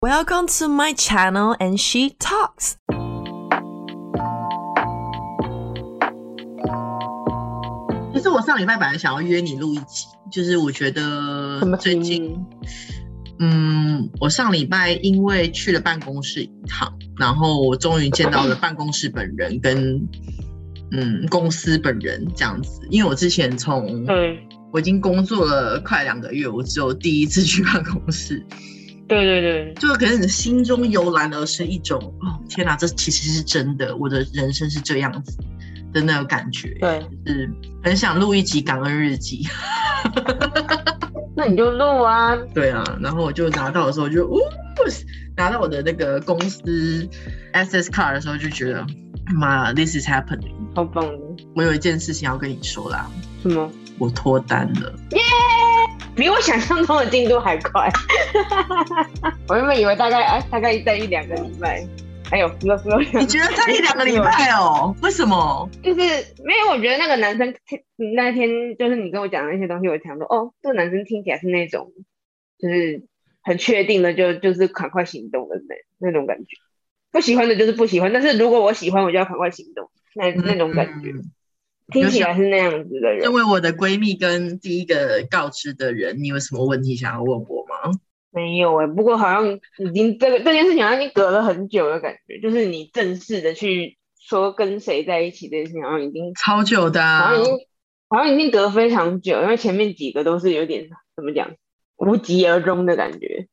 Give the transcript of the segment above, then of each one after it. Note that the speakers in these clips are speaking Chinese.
Welcome to my channel and she talks. 其实我上礼拜本来想要约你录一集，就是我觉得最近，我上礼拜因为去了办公室一趟，然后我终于见到了办公室本人跟公司本人这样子。因为我之前我已经工作了快2个月，我只有第一次去办公室。 对， 就可能心中油然而生一种天哪，这其实是真的，我的人生是这样子的那个感觉。 对， 就是很想录一集感恩日记。 那你就录啊。 对啊，然后我就拿到的时候就拿到我的那个公司 access card 的时候就觉得妈 this is happening， 好棒的。 我有一件事情要跟你说啦。 什么？ 我脱单了。 耶！比我想象中的进度还快。我原本以为大概在1-2个礼拜。哎呦，你觉得在1-2个礼拜哦？为什么？ 就是没有，我觉得那个男生那天就是你跟我讲的那些东西，我想说，这个男生听起来是那种就是很确定的，就是赶快行动的那种感觉。不喜欢的就是不喜欢，但是如果我喜欢，我就要赶快行动，那种感觉。听起来是那样子的人。 身为我的闺蜜跟第一个告知的人，你有什么问题想要问我吗？ 没有不过好像已经这件事情好像已经隔了很久的感觉，就是你正式的去说跟谁在一起这件事情，好像已经超久的好像已经隔非常久，因为前面几个都是有点怎么讲无疾而终的感觉。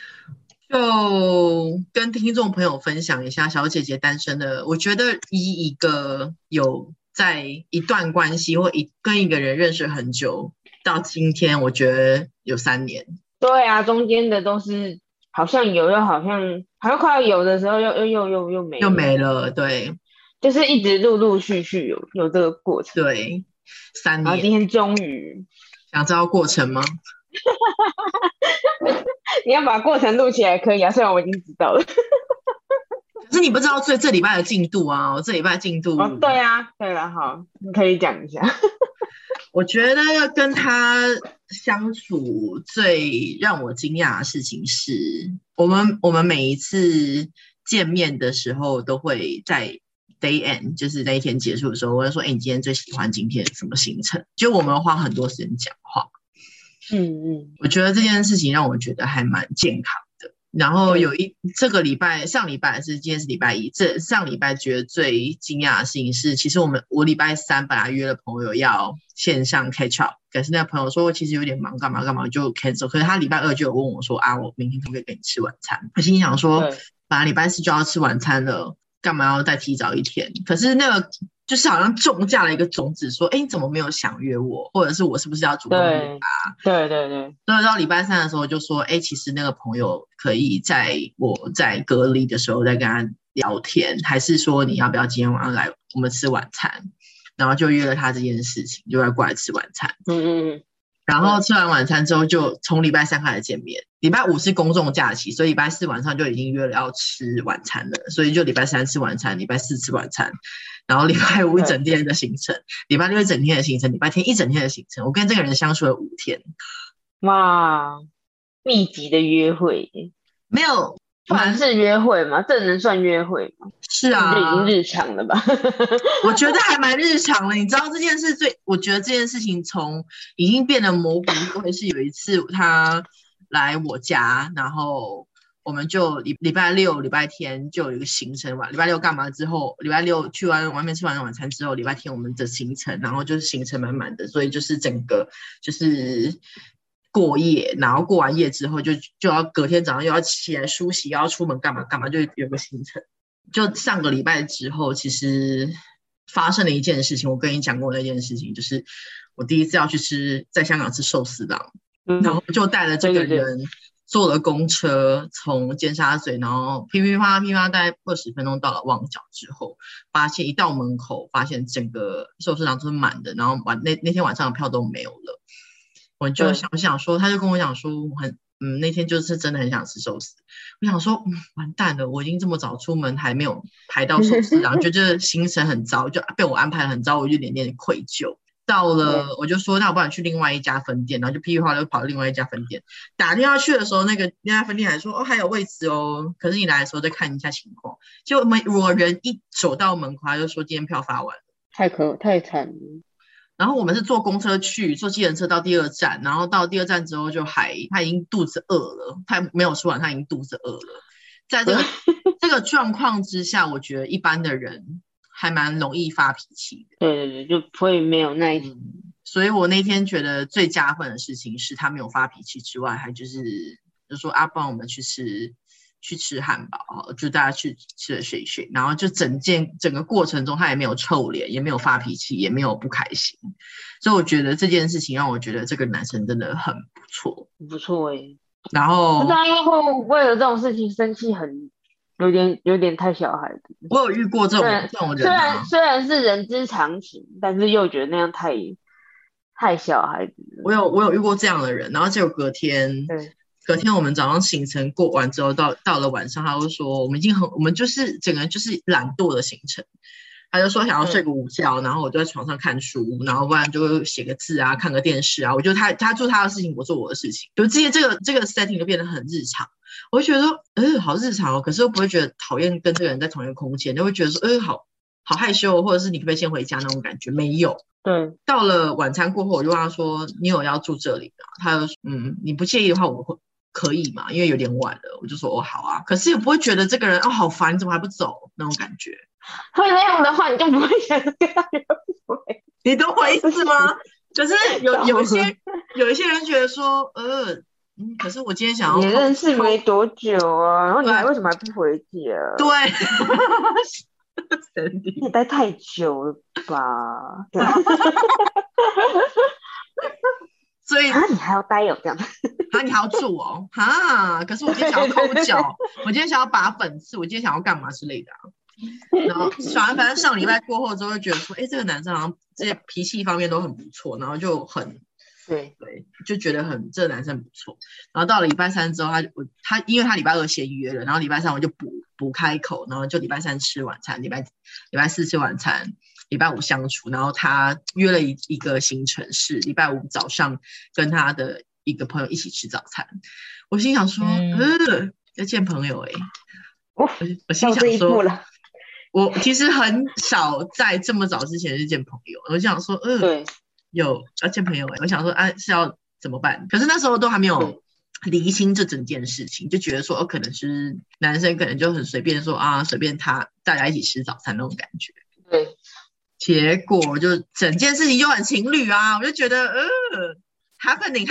就跟听众朋友分享一下小姐姐单身的，我觉得以一个有在一段关系或跟一个人认识很久到今天，我觉得有3年。 对啊，中间的都是好像有，又好像快要有的时候又没了， 对， 就是一直陆陆续续有这个过程。 对，3年。 然后今天终于想知道过程吗？ 你要把过程录起来可以啊，虽然我已经知道了。 可是你不知道这礼拜的进度啊，我这礼拜进度。 对啊，对了，好，你可以讲一下。 我觉得要跟他相处最让我惊讶的事情是，我们每一次见面的时候都会在 day end， 就是那一天结束的时候，我会说，你今天最喜欢今天什么行程？就我们花很多时间讲话。我觉得这件事情让我觉得还蛮健康的。然后这个礼拜，上礼拜今天是礼拜1，上礼拜觉得最惊讶的事情是，其实我礼拜3本来约了朋友要线上 catch up， 可是那个朋友说我其实有点忙，干嘛就 cancel。可是他礼拜2就有问我说我明天可不可以跟你吃晚餐？我心想说，本来礼拜4就要吃晚餐了，干嘛要再提早1天？可是那个就是好像种下了一个种子，说你怎么没有想约我，或者是我是不是要主动约他？ 对。 所以到礼拜3的时候就说，其实那个朋友可以我在隔离的时候再跟他聊天，还是说你要不要今天晚上来我们吃晚餐？然后就约了他这件事情，就要过来吃晚餐。然后吃完晚餐之后，就从礼拜3开始见面。礼拜5是公众假期，所以礼拜4晚上就已经约了要吃晚餐了，所以就礼拜3吃晚餐，礼拜4吃晚餐，然后礼拜5一整天的行程，礼拜6一整天的行程，礼拜天一整天的行程。我跟这个人相处了5天。 哇，密集的约会。 没有算是约会吗？这能算约会吗？ 是啊， 这已经日常了吧？ 我觉得还蛮日常的。你知道这件事我觉得这件事情已经变得模糊，会是有一次他来我家，然后我们就礼拜6、礼拜天就有一个行程嘛。礼拜6干嘛之后，礼拜6去外面吃完晚餐之后，礼拜天我们的行程，然后就是行程满满的，所以就是整个就是过夜，然后过完夜之后就要隔天早上又要起来梳洗，又要出门干嘛，就有个行程。就上个礼拜之后，其实发生了一件事情，我跟你讲过那件事情，就是我第一次要去在香港吃寿司郎，然后就带了这个人坐了公车从尖沙咀，然后噼噼啪啪大概20分钟到了旺角之后，发现一到门口发现整个寿司郎都是满的，然后那天晚上的票都没有了。我就想说，他就跟我讲说，那天就是真的很想吃寿司。我想说，完蛋了，我已经这么早出门还没有排到寿司郎，觉得行程很糟，就被我安排得很糟，我就有点愧疚。 到了我就说那我帮你去另外一家分店，然后就噼里啪啦就跑到另外一家分店，打电话去的时候那家分店还说还有位置哦，可是你来的时候再看一下情况。就我人一走到门口他就说今天票发完了， 太惨了。 然后我们是坐公车去，坐计程车到第2站，然后到第2站之后他已经肚子饿了，他没有吃完，他已经肚子饿了。在这个状况之下，我觉得一般的人还蛮容易发脾气的。 对，就会没有耐心。 所以我那天觉得最加分的事情是他没有发脾气之外，还就说不然我们去吃汉堡，就大家去吃了睡，然后就整个过程中他也没有臭脸，也没有发脾气，也没有不开心。所以我觉得这件事情让我觉得这个男生真的很不错， 不错欸。 然后他应该会为了这种事情生气，有点太小孩子。 我有遇过这种人虽然是人之常情，但是又觉得那样太小孩子了。 我有遇过这样的人，然后结果隔天我们早上行程过完之后，到了晚上，他就说我们就是整个就是懒惰的行程。他就说想要睡个午觉，然后我就在床上看书，然后不然就写个字啊，看个电视啊。我就他做他的事情，我做我的事情，就这个 setting 就变得很日常。我就觉得说，好日常哦，可是又不会觉得讨厌跟这个人在同一个空间，就会觉得说，好害羞，或者是你可不可以先回家那种感觉没有。 对， 到了晚餐过后，我就问他说，你有要住这里吗？他就说，你不介意的话，我会可以嘛，因为有点晚了。我就说好啊，可是也不会觉得这个人好烦，你怎么还不走那种感觉。 会那样的话，你就不会想跟他约会。 你懂我意思吗？可是有一些人觉得说，可是我今天想要也认识没多久啊，然后你为什么还不回家？ 对， 你也待太久了吧？ 所以你还要待这样？ 你还要住哦？可是我今天想要抠脚，我今天想要拔粉刺，我今天想要干嘛之类的啊。然后反正上礼拜过后之后，就觉得说，这个男生好像这些脾气方面都很不错，然后就很对，就觉得这个男生不错。然后到了礼拜3之后，他因为他礼拜2先约了，然后礼拜3我就补开口，然后就礼拜3吃晚餐，礼拜4吃晚餐，礼拜5相处。然后他约了一个行程是礼拜5早上跟他的一个朋友一起吃早餐。我心想说，要见朋友我心想说，我其实很少在这么早之前就见朋友。我想说， 对， 有要见朋友我想说，是要怎么办？可是那时候都还没有厘清这整件事情，就觉得说，可能是男生可能就很随便说随便大家一起吃早餐那种感觉。 对， 结果就整件事情就很情侣啊，我就觉得happening。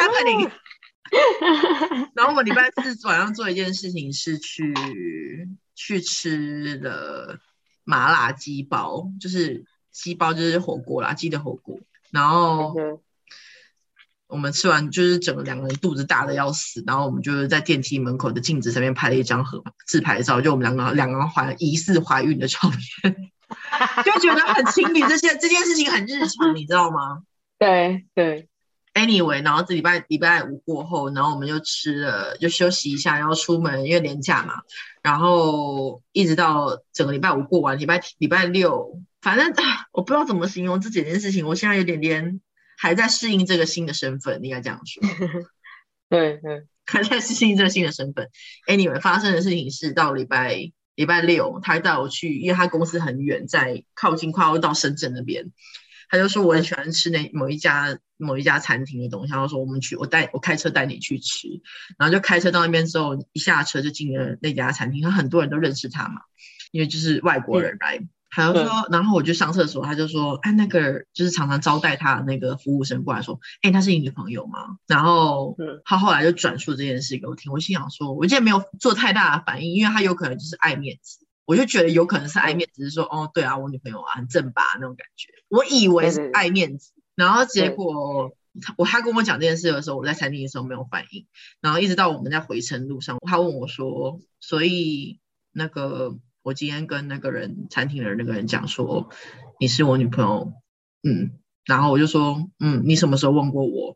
然后我礼拜4晚上做一件事情是去吃了麻辣鸡包，就是鸡包就是火锅啦，鸡的火锅。然后我们吃完就是整个2个人肚子大的要死，然后我们就是在电梯门口的镜子上面拍了一张自拍照，就我们两个疑似怀孕的照片，就觉得很情侣，这件事情很日常，你知道吗？ 对。 Anyway， 然后这礼拜5过后，然后我们就吃了，就休息一下，然后出门，因为连假嘛，然后一直到整个礼拜5过完，礼拜6，反正我不知道怎么形容这几件事情，我现在有点还在适应这个新的身份，应该这样说。 对， 还在适应这个新的身份。Anyway， 发生的事情是到礼拜6，他带我去，因为他公司很远，在靠近快要到深圳那边。他就说我很喜欢吃某一家餐厅的东西，他就说我开车带你去吃，然后就开车到那边之后，一下车就进了那家餐厅，他很多人都认识他嘛，因为就是外国人来。他就说，然后我就上厕所，他就说，那个就是常常招待他的那个服务生过来说，他是你女朋友吗？然后他后来就转述这件事给我听，我心想说，我今天没有做太大的反应，因为他有可能就是爱面子。我就觉得有可能是爱面子，是说对啊，我女朋友很正吧那种感觉，我以为是爱面子。然后结果他跟我讲这件事的时候，我在餐厅的时候没有反应，然后一直到我们在回程路上，他问我说，所以那个我今天跟那个人餐厅的那个人讲说你是我女朋友，然后我就说你什么时候问过我？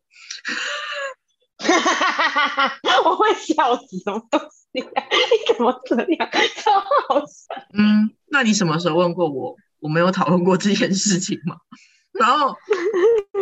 我会笑死，什么东西啊？你怎么这样？超好笑。 那你什么时候问过我？我没有讨论过这件事情吗？然后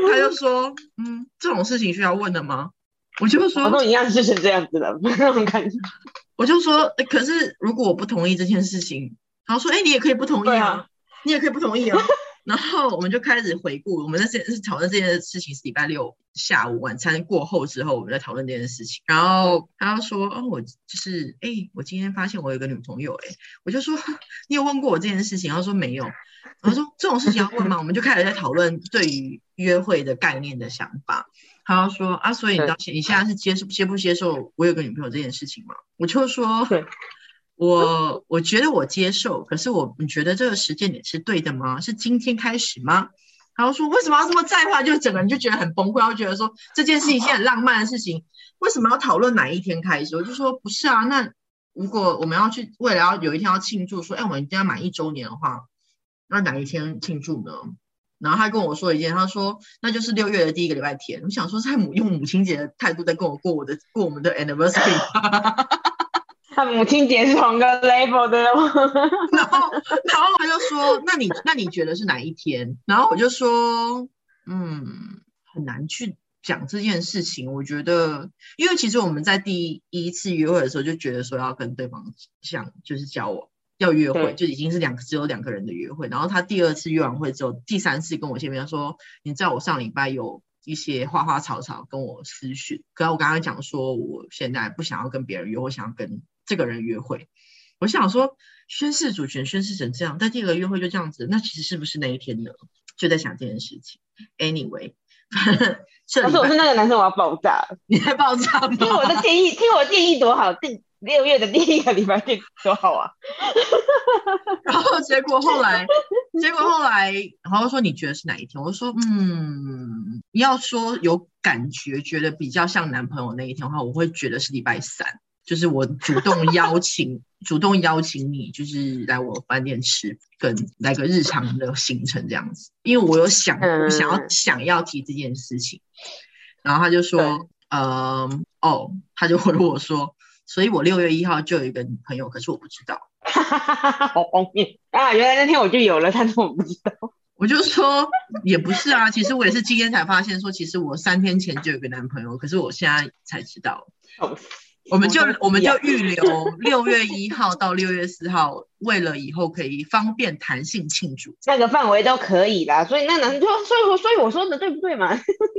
他就说，这种事情需要问的吗？我就说， 都一样是成这样子的那种感觉。 我就说，可是如果我不同意这件事情，然后说，你也可以不同意啊，你也可以不同意啊。然后我们就开始回顾，我们是讨论这件事情是礼拜六下午晚餐过后之后，我们在讨论这件事情。然后他就说，我就是我今天发现我有一个女朋友，我就说你有问过我这件事情？他说没有。然后说这种事情要问吗？我们就开始在讨论对于约会的概念的想法。他就说所以你现在是接不接受我有个女朋友这件事情吗？我就说我觉得我接受，可是你觉得这个时间点是对的吗？是今天开始吗？然后说为什么要这么在乎？就整个人就觉得很崩溃，会觉得说这件事情是很浪漫的事情，为什么要讨论哪一天开始？我就说不是啊，那如果我们要去为了有一天要庆祝说我们一定要满1周年的话，那哪一天庆祝呢？然后他跟我说一件，他说那就是6月的第1个礼拜天。我想说在用母亲节的态度在跟我过我们的 anniversary 他母亲节是同个 level 的然后他就说那你觉得是哪一天？然后我就说很难去讲这件事情。我觉得因为其实我们在第一次约会的时候就觉得说要跟对方就是交往要约会，就已经是只有2个人的约会。然后他第2次约完会之后，第3次跟我见面说，你知道我上礼拜有一些花花草草跟我私讯，可是我刚刚讲说我现在不想要跟别人约会，想要跟这个人约会。我想说宣誓主权宣誓成这样，但第2个约会就这样子，那其实是不是那一天呢？就在想这件事情。Anyway 要是我是那个男生我要爆炸。 你在爆炸吗？ 听我建议多好，6月的第1个礼拜天多好啊。 然后结果后来然后说你觉得是哪一天？我说要说有感觉觉得比较像男朋友那一天的话，我会觉得是礼拜3，就是我主动邀请你，就是来我饭店吃，跟来个日常的行程这样子。因为我有想要提这件事情。然后他就说他就回我说，所以我6月1号就有一个女朋友，可是我不知道。 好荒谬啊！原来那天我就有了，但是我不知道。 我就说也不是啊，其实我也是今天才发现说，其实我3天前就有一个男朋友，可是我现在才知道。我们就预留6月1号到6月4号，为了以后可以方便弹性庆祝， 那个范围都可以啦。所以那男生所以我说的对不对嘛？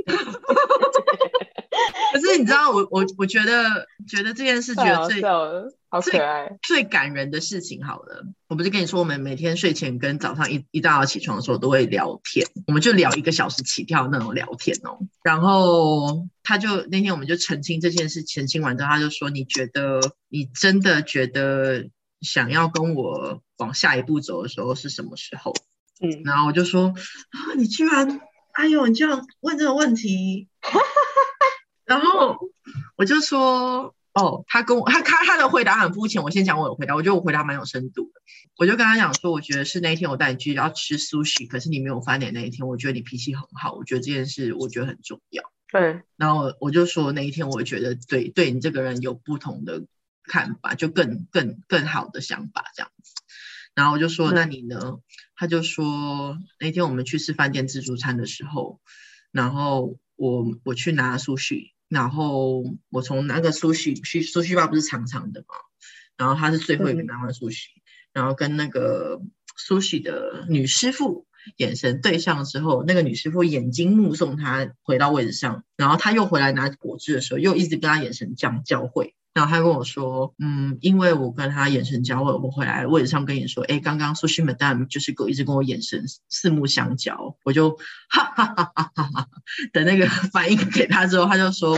可是你知道我觉得这件事觉得好可爱最感人的事情好了，我不是跟你说我们每天睡前跟早上一大早起床的时候都会聊天，我们就聊1个小时起跳那种聊天哦。然后那天我们就澄清这件事，澄清完之后他就说，你真的觉得想要跟我往下一步走的时候是什么时候？然后我就说你居然你这样问这个问题。然后我就说他的回答很肤浅，我先讲我的回答。我觉得我回答蛮有深度的。我就跟他讲说，我觉得是那一天我带你去要吃 sushi， 可是你没有翻脸那一天，我觉得你脾气很好，我觉得这件事我觉得很重要。 对， 然后我就说那一天我觉得对你这个人有不同的看法，就更好的想法这样子。然后我就说那你呢？他就说那天我们去吃饭店自助餐的时候，然后我去拿sushi，然后我从那个sushi bar不是长长的嘛，然后他是最后一个拿完sushi，然后跟那个sushi的女师傅眼神对上之后，那个女师傅眼睛目送他回到位置上，然后他又回来拿果汁的时候，又一直跟他眼神交汇。然后他跟我说因为我跟他眼神交汇，我回来位置上跟你说刚刚sushi madam就是一直跟我眼神四目相交，我就哈哈哈哈哈哈的那个反应给他之后，他就说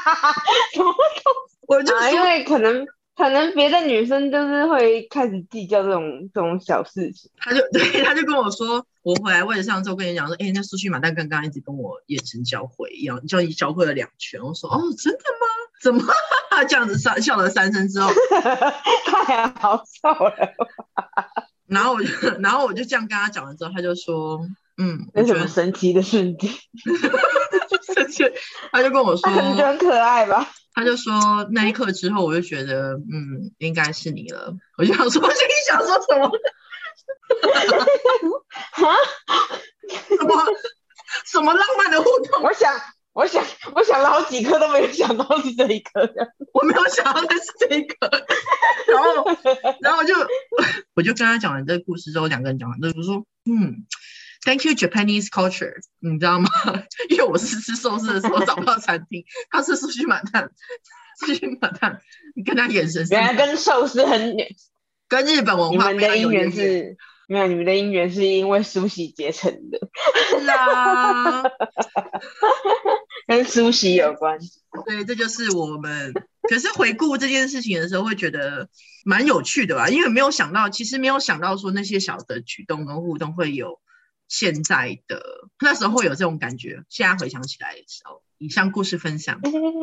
我就说因为可能别的女生就是会开始计较这种小事情。 他就跟我说，我回来位置上之后跟你讲说那sushi madam刚刚一直跟我眼神交汇一样，交汇了2圈。我说真的吗？怎么这样子笑了3声之后太好笑了。 然后我就这样跟他讲完之后，他就说有什么神奇的瞬间？ 他就跟我说你觉得很可爱吧？ 他就说那一刻之后我就觉得应该是你了。我就想说，我心里想说什么什么浪漫的互动？ 我想了好几颗都没有想到是这一颗的。 我没有想到那是这个，然后我就跟他讲完这个故事之后，两个人讲完，就说Thank you Japanese culture， 你知道吗？因为我是吃寿司的时候找不到餐厅，他是sushi满蛋，你跟他眼神是， 原来跟寿司跟日本文你们化非常的姻缘有渊源。 是没有，你们的姻缘是因为苏喜结成的， 是啊， 跟苏喜有关。 对，这就是我们。可是回顾这件事情的时候，会觉得蛮有趣的吧？因为其实没有想到说那些小的举动跟互动会有现在的那时候会有这种感觉。现在回想起来的时候，以上故事分享。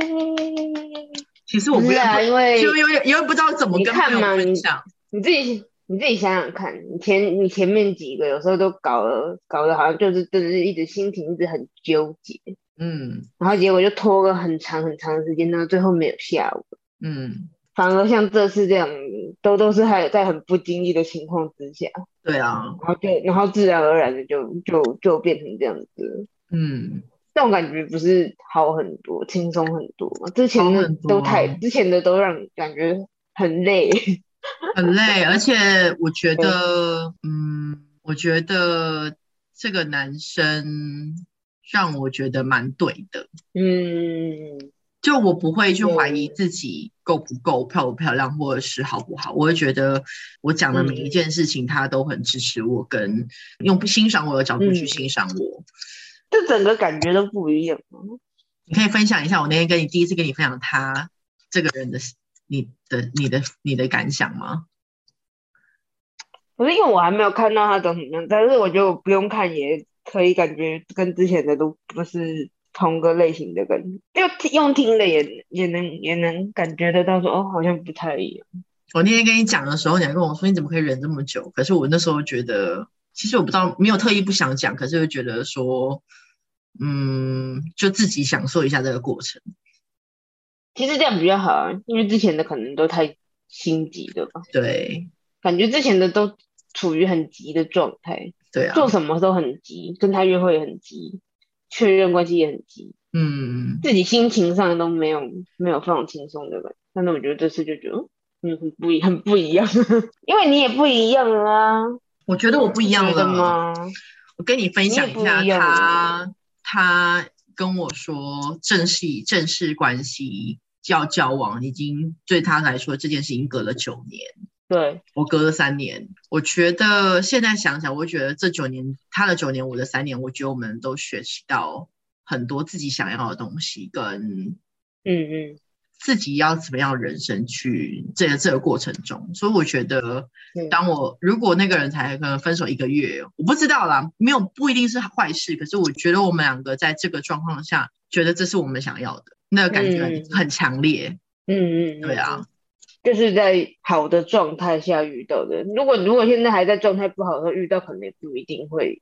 其实我不要， 因为就因为不知道怎么跟朋友分享。 你自己想想看，你前面几个有时候都搞得好像就是一直心情一直很纠结，然后结果就拖个很长很长的时间，到最后没有下文，反而像这次这样，都是还在很不经意的情况之下， 对啊， 然后自然而然的就变成这样子，这种感觉不是好很多，轻松很多吗？之前的都让你感觉很累。 很累，而且我觉得，我觉得这个男生让我觉得蛮对的，就我不会去怀疑自己够不够漂不漂亮，或者是好不好，我会觉得我讲的每一件事情，他都很支持我，跟用欣赏我的角度去欣赏我， 这整个感觉都不一样。 你可以分享一下我那天第一次跟你分享他这个人的你的感想吗？ 不是因为我还没有看到他长什么样，但是我就不用看也可以感觉跟之前的都不是同个类型的感觉，就用听的也能感觉得到说哦，好像不太一样。 我那天跟你讲的时候，你还跟我说你怎么可以忍这么久？可是我那时候觉得，其实我不知道，没有特意不想讲，可是就觉得说，就自己享受一下这个过程。 其实这样比较好啊，因为之前的可能都太心急了吧？ 对， 感觉之前的都处于很急的状态， 对啊， 做什么都很急，跟他约会也很急，确认关系也很急，自己心情上都没有放轻松的感觉。但是我觉得这次就觉得，很不一样，因为你也不一样了啊。 我觉得我不一样了吗？ 我跟你分享一下他跟我说正式关系要交往，已经对他来说这件事情隔了9年。 对， 我隔了3年。我觉得现在想想，我觉得这9年，他的9年，我的3年，我觉得我们都学习到很多自己想要的东西，跟自己要怎么样人生去这个过程中。所以我觉得，如果那个人才可能分手1个月，我不知道啦，不一定是坏事。可是我觉得我们2个在这个状况下，觉得这是我们想要的，那个感觉很强烈。对啊。 就是在好的状态下遇到的。如果现在还在状态不好的时候遇到，可能也不一定会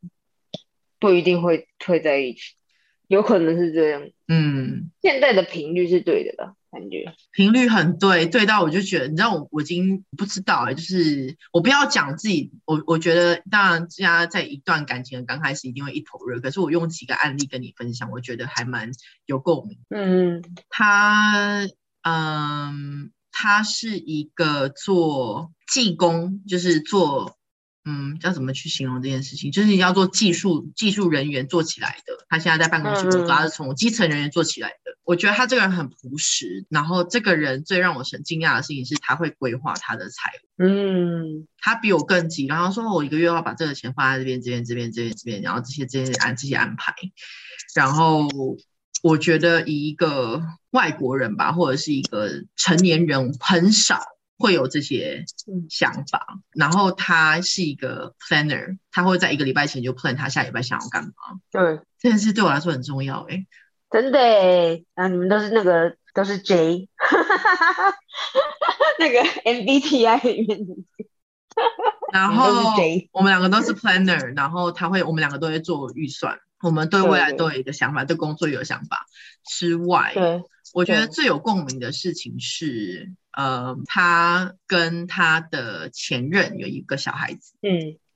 在一起，有可能是这样。现在的频率是对的啦，感觉频率很对到我就觉得，你知道我已经不知道就是我不要讲自己，我觉得当然大家在一段感情的刚开始一定会一头热，可是我用几个案例跟你分享，我觉得还蛮有共鸣。他是一个做技工，就是做要怎么去形容这件事情，就是要做技术人员做起来的。他现在在办公室工作，他是从基层人员做起来的。我觉得他这个人很朴实，然后这个人最让我很惊讶的事情是他会规划他的财务。他比我更急，然后说我1个月要把这个钱放在这边，然后这些安排，然后我觉得以一个外国人吧，或者是一个成年人，很少会有这些想法。然后他是一个 planner， 他会在1个礼拜前就 plan 他下礼拜想要干嘛。 对， 这件事对我来说很重要。 真的耶。你们都是 J 那个 MBTI 里面然后我们2个都是 planner， 然后我们2个都会做预算，我们对未来都有一个想法，对工作有想法之外，我觉得最有共鸣的事情是他跟他的前任有一个小孩子。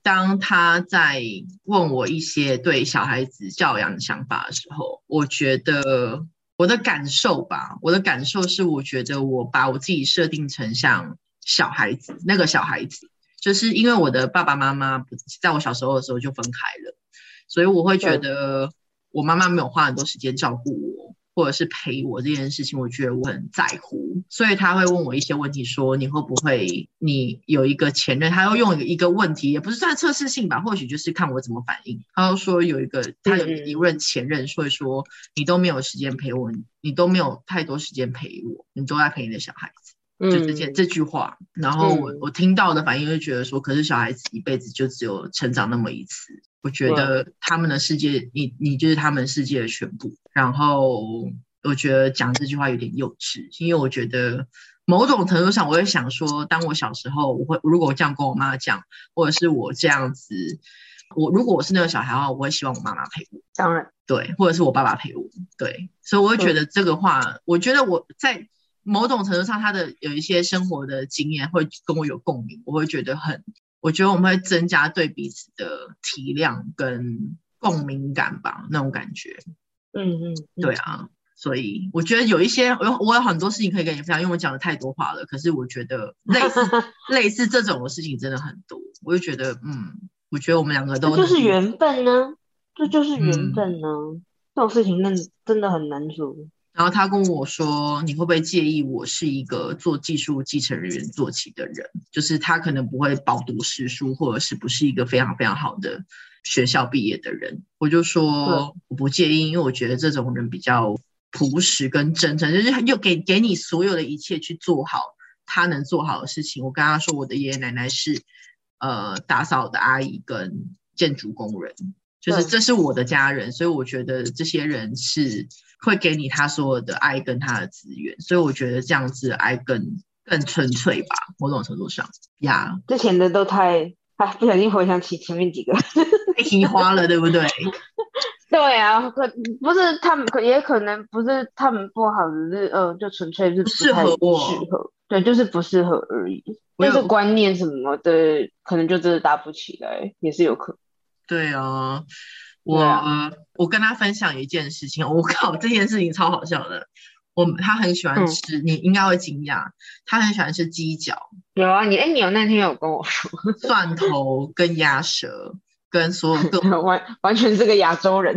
当他在问我一些对小孩子教养的想法的时候，我觉得我的感受是，我觉得我把我自己设定成像小孩子，那个小孩子，就是因为我的爸爸妈妈在我小时候的时候就分开了，所以我会觉得我妈妈没有花很多时间照顾我，或者是陪我这件事情，我觉得我很在乎，所以他会问我一些问题，说你会不会，你有一个前任，他要用一个问题，也不是算测试性吧，或许就是看我怎么反应。他就说他有一任前任，所以说你都没有时间陪我，你都没有太多时间陪我，你都在陪你的小孩子。就这句话，然后我听到的反应就觉得说，可是小孩子一辈子就只有成长那么一次，我觉得他们的世界，你就是他们世界的全部。然后我觉得讲这句话有点幼稚，因为我觉得某种程度上，我会想说，当我小时候，如果我这样跟我妈讲，或者是我这样子，如果我是那个小孩的话，我会希望我妈妈陪我， 当然对，或者是我爸爸陪我，对，所以我会觉得这个话，我觉得我在某种程度上，他的有一些生活的经验会跟我有共鸣，我觉得我们会增加对彼此的体谅跟共鸣感吧，那种感觉。对啊，所以我觉得有一些我有很多事情可以跟你分享，因为我讲的太多话了。可是我觉得类似这种的事情真的很多，我就觉得我觉得我们两个都这就是缘分呢，这就是缘分呢，这种事情真的很难说。 然后他跟我说，你会不会介意我是一个做技术继承人员做起的人，就是他可能不会饱读诗书，或者是不是一个非常非常好的学校毕业的人。我就说我不介意，因为我觉得这种人比较朴实跟真诚，就是又给你所有的一切去做好他能做好的事情。我跟他说我的爷爷奶奶是打扫的阿姨跟建筑工人，就是这是我的家人，所以我觉得这些人是会给你他所有的爱跟他的资源，所以我觉得这样子的爱更纯粹吧，某种程度上呀。 之前的都太不小心回想起前面几个太奇花了，对不对？ 对啊，不是他们也可能不是他们不好，只是就纯粹是不适合我， 对，就是不适合而已，就是观念什么的可能就真的搭不起来，也是有可能。 对啊，我跟他分享一件事情，我靠，这件事情超好笑的。他很喜欢吃，你应该会惊讶，他很喜欢吃鸡脚。 有啊，你有那天有跟我说， 蒜头跟鸭舌跟所有完全是个亚洲人，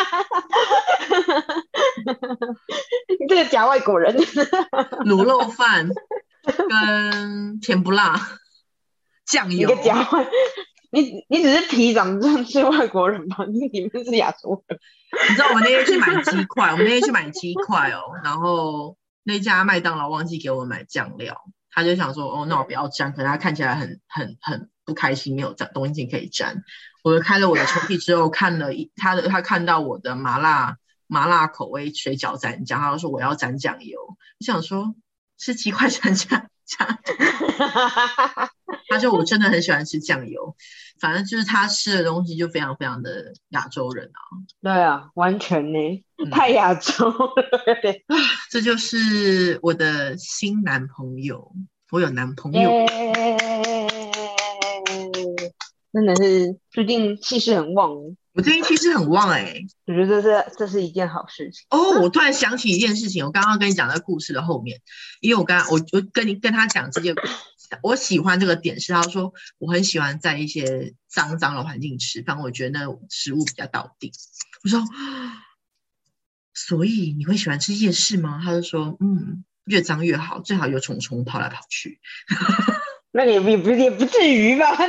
这个假外国人。 卤肉饭跟甜不辣酱油。 你只是皮长这样是外国人吗？你们是亚洲人。 你知道我们那天去买鸡块，然后那家麦当劳忘记给我买酱料，他就想说那我不要沾，可是他看起来很不开心，没有东西可以沾。我开了我的抽屉之后，他看到我的麻辣口味水饺蘸酱，他就说我要蘸酱油。我想说是鸡块蘸酱。他说我真的很喜欢吃酱油，反正就是他吃的东西就非常非常的亚洲人啊。 对啊，完全呢，太亚洲了。 这就是我的新男朋友，我有男朋友。 真的是最近气势很旺。 我最近气势很旺我觉得这是一件好事情。 我突然想起一件事情，我刚刚跟你讲的故事的后面，因为我跟他讲这件故事，我喜欢这个点是他说我很喜欢在一些脏的环境吃饭，我觉得那食物比较道地。我说所以你会喜欢吃夜市吗？他就说越脏越好，最好有虫虫跑来跑去。 那也不至于吧。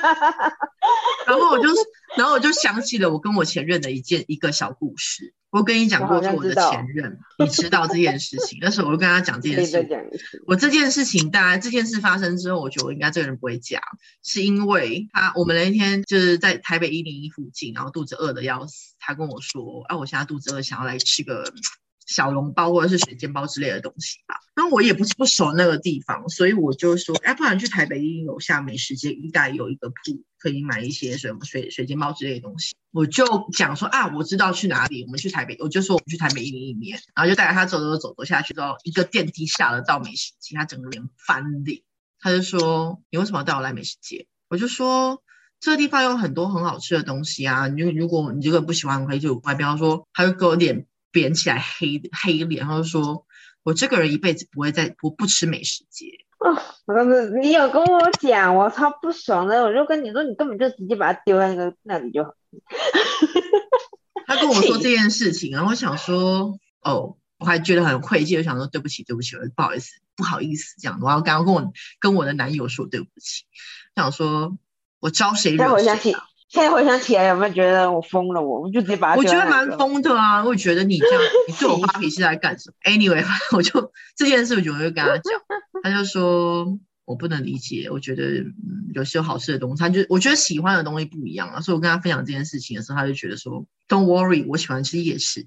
然后我就想起了我跟我前任的一个小故事。我跟你讲过是我的前任，你知道这件事情。那时候我就跟他讲这件事。我这件事情，当然这件事发生之后，我觉得我应该这个人不会讲，是因为我们那天就是在台北101附近，然后肚子饿的要死。他跟我说我现在肚子饿，想要来吃个小笼包或者是水煎包之类的东西吧。然后我也不熟那个地方，所以我就说不然去台北101楼下美食街一带有一个铺可以买一些什么水煎包之类的东西。我就讲说我知道去哪里，我就说我们去台北101里面，然后就带着他走下去，到一个电梯下了到美食街，他整个人翻脸。他就说你为什么要带我来美食街？我就说这个地方有很多很好吃的东西啊，如果你这个不喜欢，可以就外表说，他就给我脸扁起来黑脸，然后说我这个人一辈子不会不吃美食街。 我当时你有跟我讲，我超不爽的，我就跟你说，你根本就直接把它丢在那里就好。 他跟我说这件事情，然后我想说，我还觉得很愧疚，我想说对不起，不好意思这样。我要刚刚跟我的男友说对不起，想说我招谁惹谁啊？ 现在回想起来，有没有觉得我疯了？我就直接把它丢在那里。 我觉得蛮疯的啊！我觉得你这样，你对我发脾气在干什么？Anyway， 我就这件事，我就跟他讲，他就说我不能理解，我觉得有些好吃的东西，我觉得喜欢的东西不一样啊，所以我跟他分享这件事情的时候，他就觉得说 Don't worry， 我喜欢吃夜市。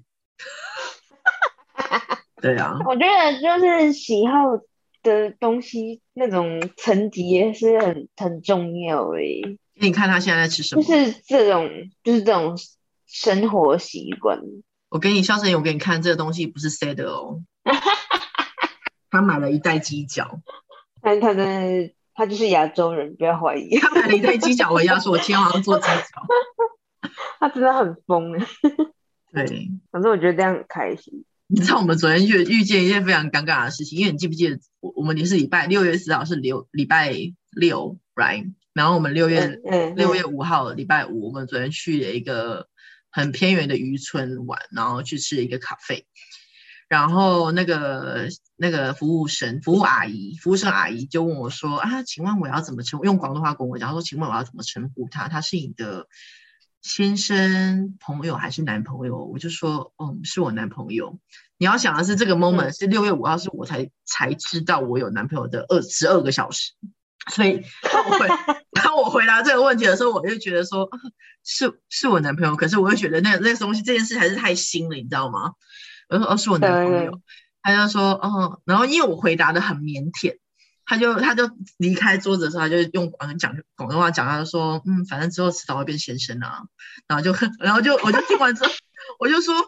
对啊， 我觉得就是喜好的东西那种层级也是很重要诶。 你看他现在在吃什么？ 就是这种生活习惯。 我给你，肖晨，我给你看这个东西不是 sad 的哦。他买了一袋鸡脚， 但他就是亚洲人，不要怀疑。 他买了一袋鸡脚回家，说我今天晚上做鸡脚。 他真的很疯哎。对，反正我觉得这样很开心。 你知道我们昨天遇见一件非常尴尬的事情，因为你记不记得我们也是6月4号是礼拜六 right？ 然后我们6月5号礼拜五，我们昨天去了一个很偏远的渔村玩，然后去吃了一个咖啡。然后那个服务生阿姨就问我说啊，请问我要怎么称呼？用广东话跟我讲说，请问我要怎么称呼他？他是你的先生、朋友还是男朋友？我就说，是我男朋友。你要想的是，这个 moment 是6月5号，是我才知道我有男朋友的12个小时。所以当我回答这个问题的时候，我就觉得说，是我男朋友。可是我又觉得那个东西这件事还是太新了，你知道吗？我说是我男朋友。他就说然后因为我回答的很腼腆，他就离开桌子的时候，他就用广东话讲，他就说反正之后迟早会变先生啊。然后我就听完之后，我就说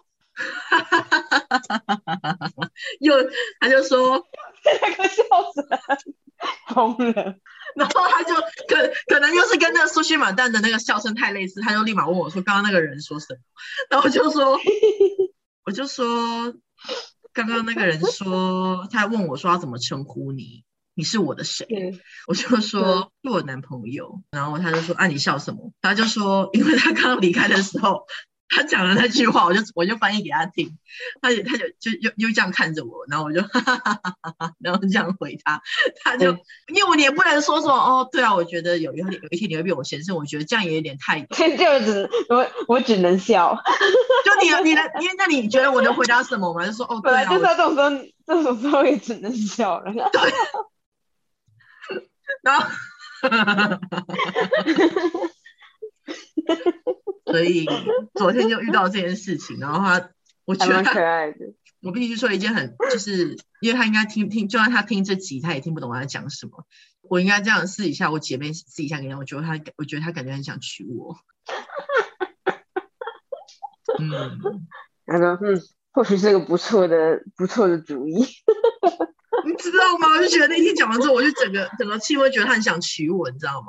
他就说那个笑声疯了。 然后他就可能又是跟那个苏西玛蛋的那个笑声太类似，他就立马问我说刚刚那个人说什么。然后我就说刚刚那个人说他问我说要怎么称呼你是我的谁？我就说是我男朋友。然后他就说你笑什么？他就说因为他刚刚离开的时候他讲的那句话，我就翻译给他听，他就又这样看着我，然后我就然后这样回他，他就因为你也不能说什么对啊，我觉得有一天你会变我先生，我觉得这样也有点太我只能笑。 就你那你觉得我能回答什么吗？就说对啊， 就是这种时候也只能笑了。 对，然后所以昨天就遇到这件事情，然后我觉得蛮可爱的。 我必须说一件就是因为他应该听，就算他听这集，他也听不懂我在讲什么。我应该这样私底下，我姐妹私底下跟他，我觉得他感觉很想娶我。 他说或许是个不错的主意。 你知道吗？我就觉得那天讲完之后，我就整个气氛觉得他很想娶我，你知道吗？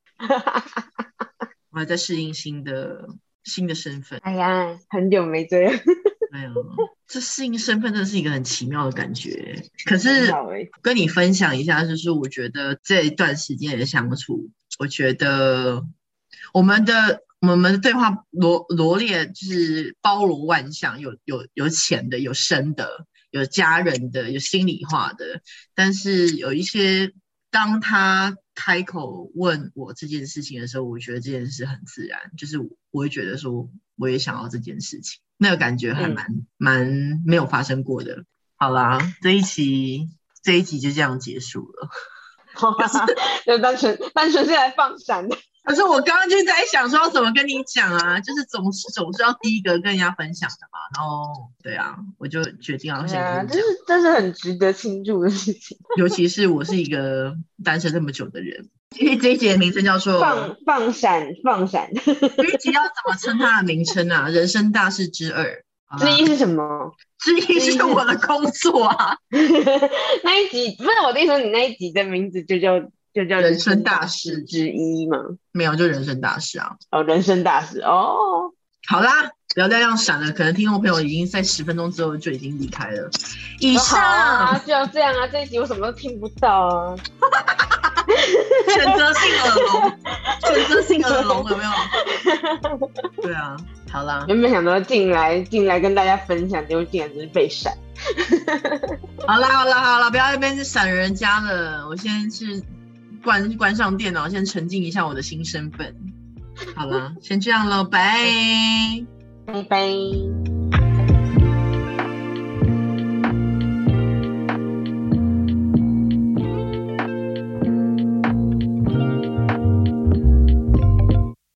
我还在适应新的身份。 哎呀，很久没这样。 哎呀，这适应身份真的是一个很奇妙的感觉。可是跟你分享一下，就是我觉得这一段时间的相处，我觉得我们的对话罗列就是包罗万象，有浅的，有深的，有家人的，有心里话的，但是有一些当他开口问我这件事情的时候，我觉得这件事很自然，就是我会觉得说我也想要这件事情，那个感觉还蛮没有发生过的。好啦，这一集就这样结束了。 就单纯是来放闪的。 可是我刚刚就在想说要怎么跟你讲啊，就是总是要第一个跟人家分享的嘛。然后对啊，我就决定要先跟你讲。 这是很值得庆祝的事情。 尤其是我是一个单身这么久的人。因为这一集的名称叫做放闪。 这一集要怎么称它的名称啊？人生大事之二。 之一是什么？ 之一是我的工作啊。 那一集不是我的意思，你那一集的名字就叫就叫人生大事之一吗？ 没有，就人生大事啊。 哦，人生大事哦。 好啦，不要再这样闪了，可能听众朋友已经在10分钟之后就已经离开了。以上、 好啊，就要这样啊，这一集我什么都听不到啊。 选择性耳聋，选择性耳聋有没有？对啊，好啦， 原本想说进来跟大家分享，结果竟然只是被闪。 好啦，不要在那边闪人家了。我先是关上电脑，先沉浸一下我的新身份。好啦，先这样咯，拜。 拜拜。